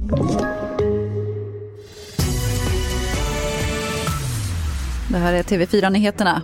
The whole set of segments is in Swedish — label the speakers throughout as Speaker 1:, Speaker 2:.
Speaker 1: Det här är TV4-nyheterna.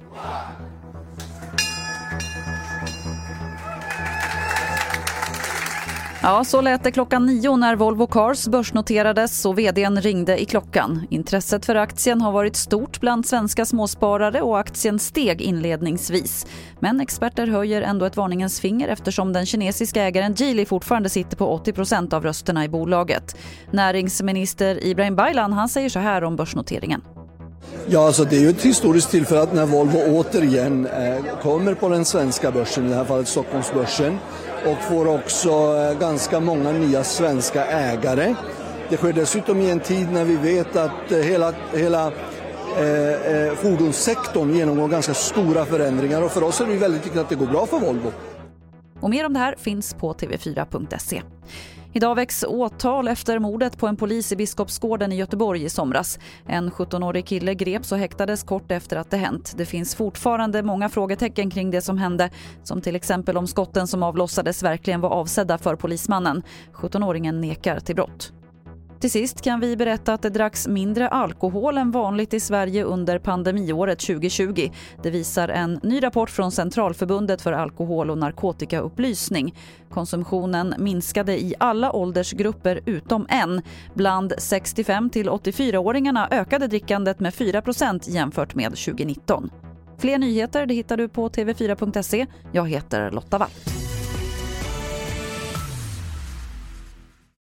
Speaker 1: Ja, så lät det klockan 9 när Volvo Cars börsnoterades och vdn ringde i klockan. Intresset för aktien har varit stort bland svenska småsparare och aktien steg inledningsvis. Men experter höjer ändå ett varningens finger eftersom den kinesiska ägaren Geely fortfarande sitter på 80% av rösterna i bolaget. Näringsminister Ibrahim Baylan, han säger så här om börsnoteringen.
Speaker 2: Ja, alltså det är ju ett historiskt tillfälle att när Volvo återigen kommer på den svenska börsen, i det här fallet Stockholmsbörsen, och får också ganska många nya svenska ägare. Det sker dessutom i en tid när vi vet att hela fordonssektorn genomgår ganska stora förändringar, och för oss är det väldigt viktigt att det går bra för Volvo.
Speaker 1: Och mer om det här finns på tv4.se. Idag väcks åtal efter mordet på en polis i Biskopsgården i Göteborg i somras. En 17-årig kille greps och häktades kort efter att det hänt. Det finns fortfarande många frågetecken kring det som hände, som till exempel om skotten som avlossades verkligen var avsedda för polismannen. 17-åringen nekar till brott. Till sist kan vi berätta att det dracks mindre alkohol än vanligt i Sverige under pandemiåret 2020. Det visar en ny rapport från Centralförbundet för alkohol- och narkotikaupplysning. Konsumtionen minskade i alla åldersgrupper utom en. Bland 65 till 84-åringarna ökade drickandet med 4% jämfört med 2019. Fler nyheter det hittar du på tv4.se. Jag heter Lotta Wall.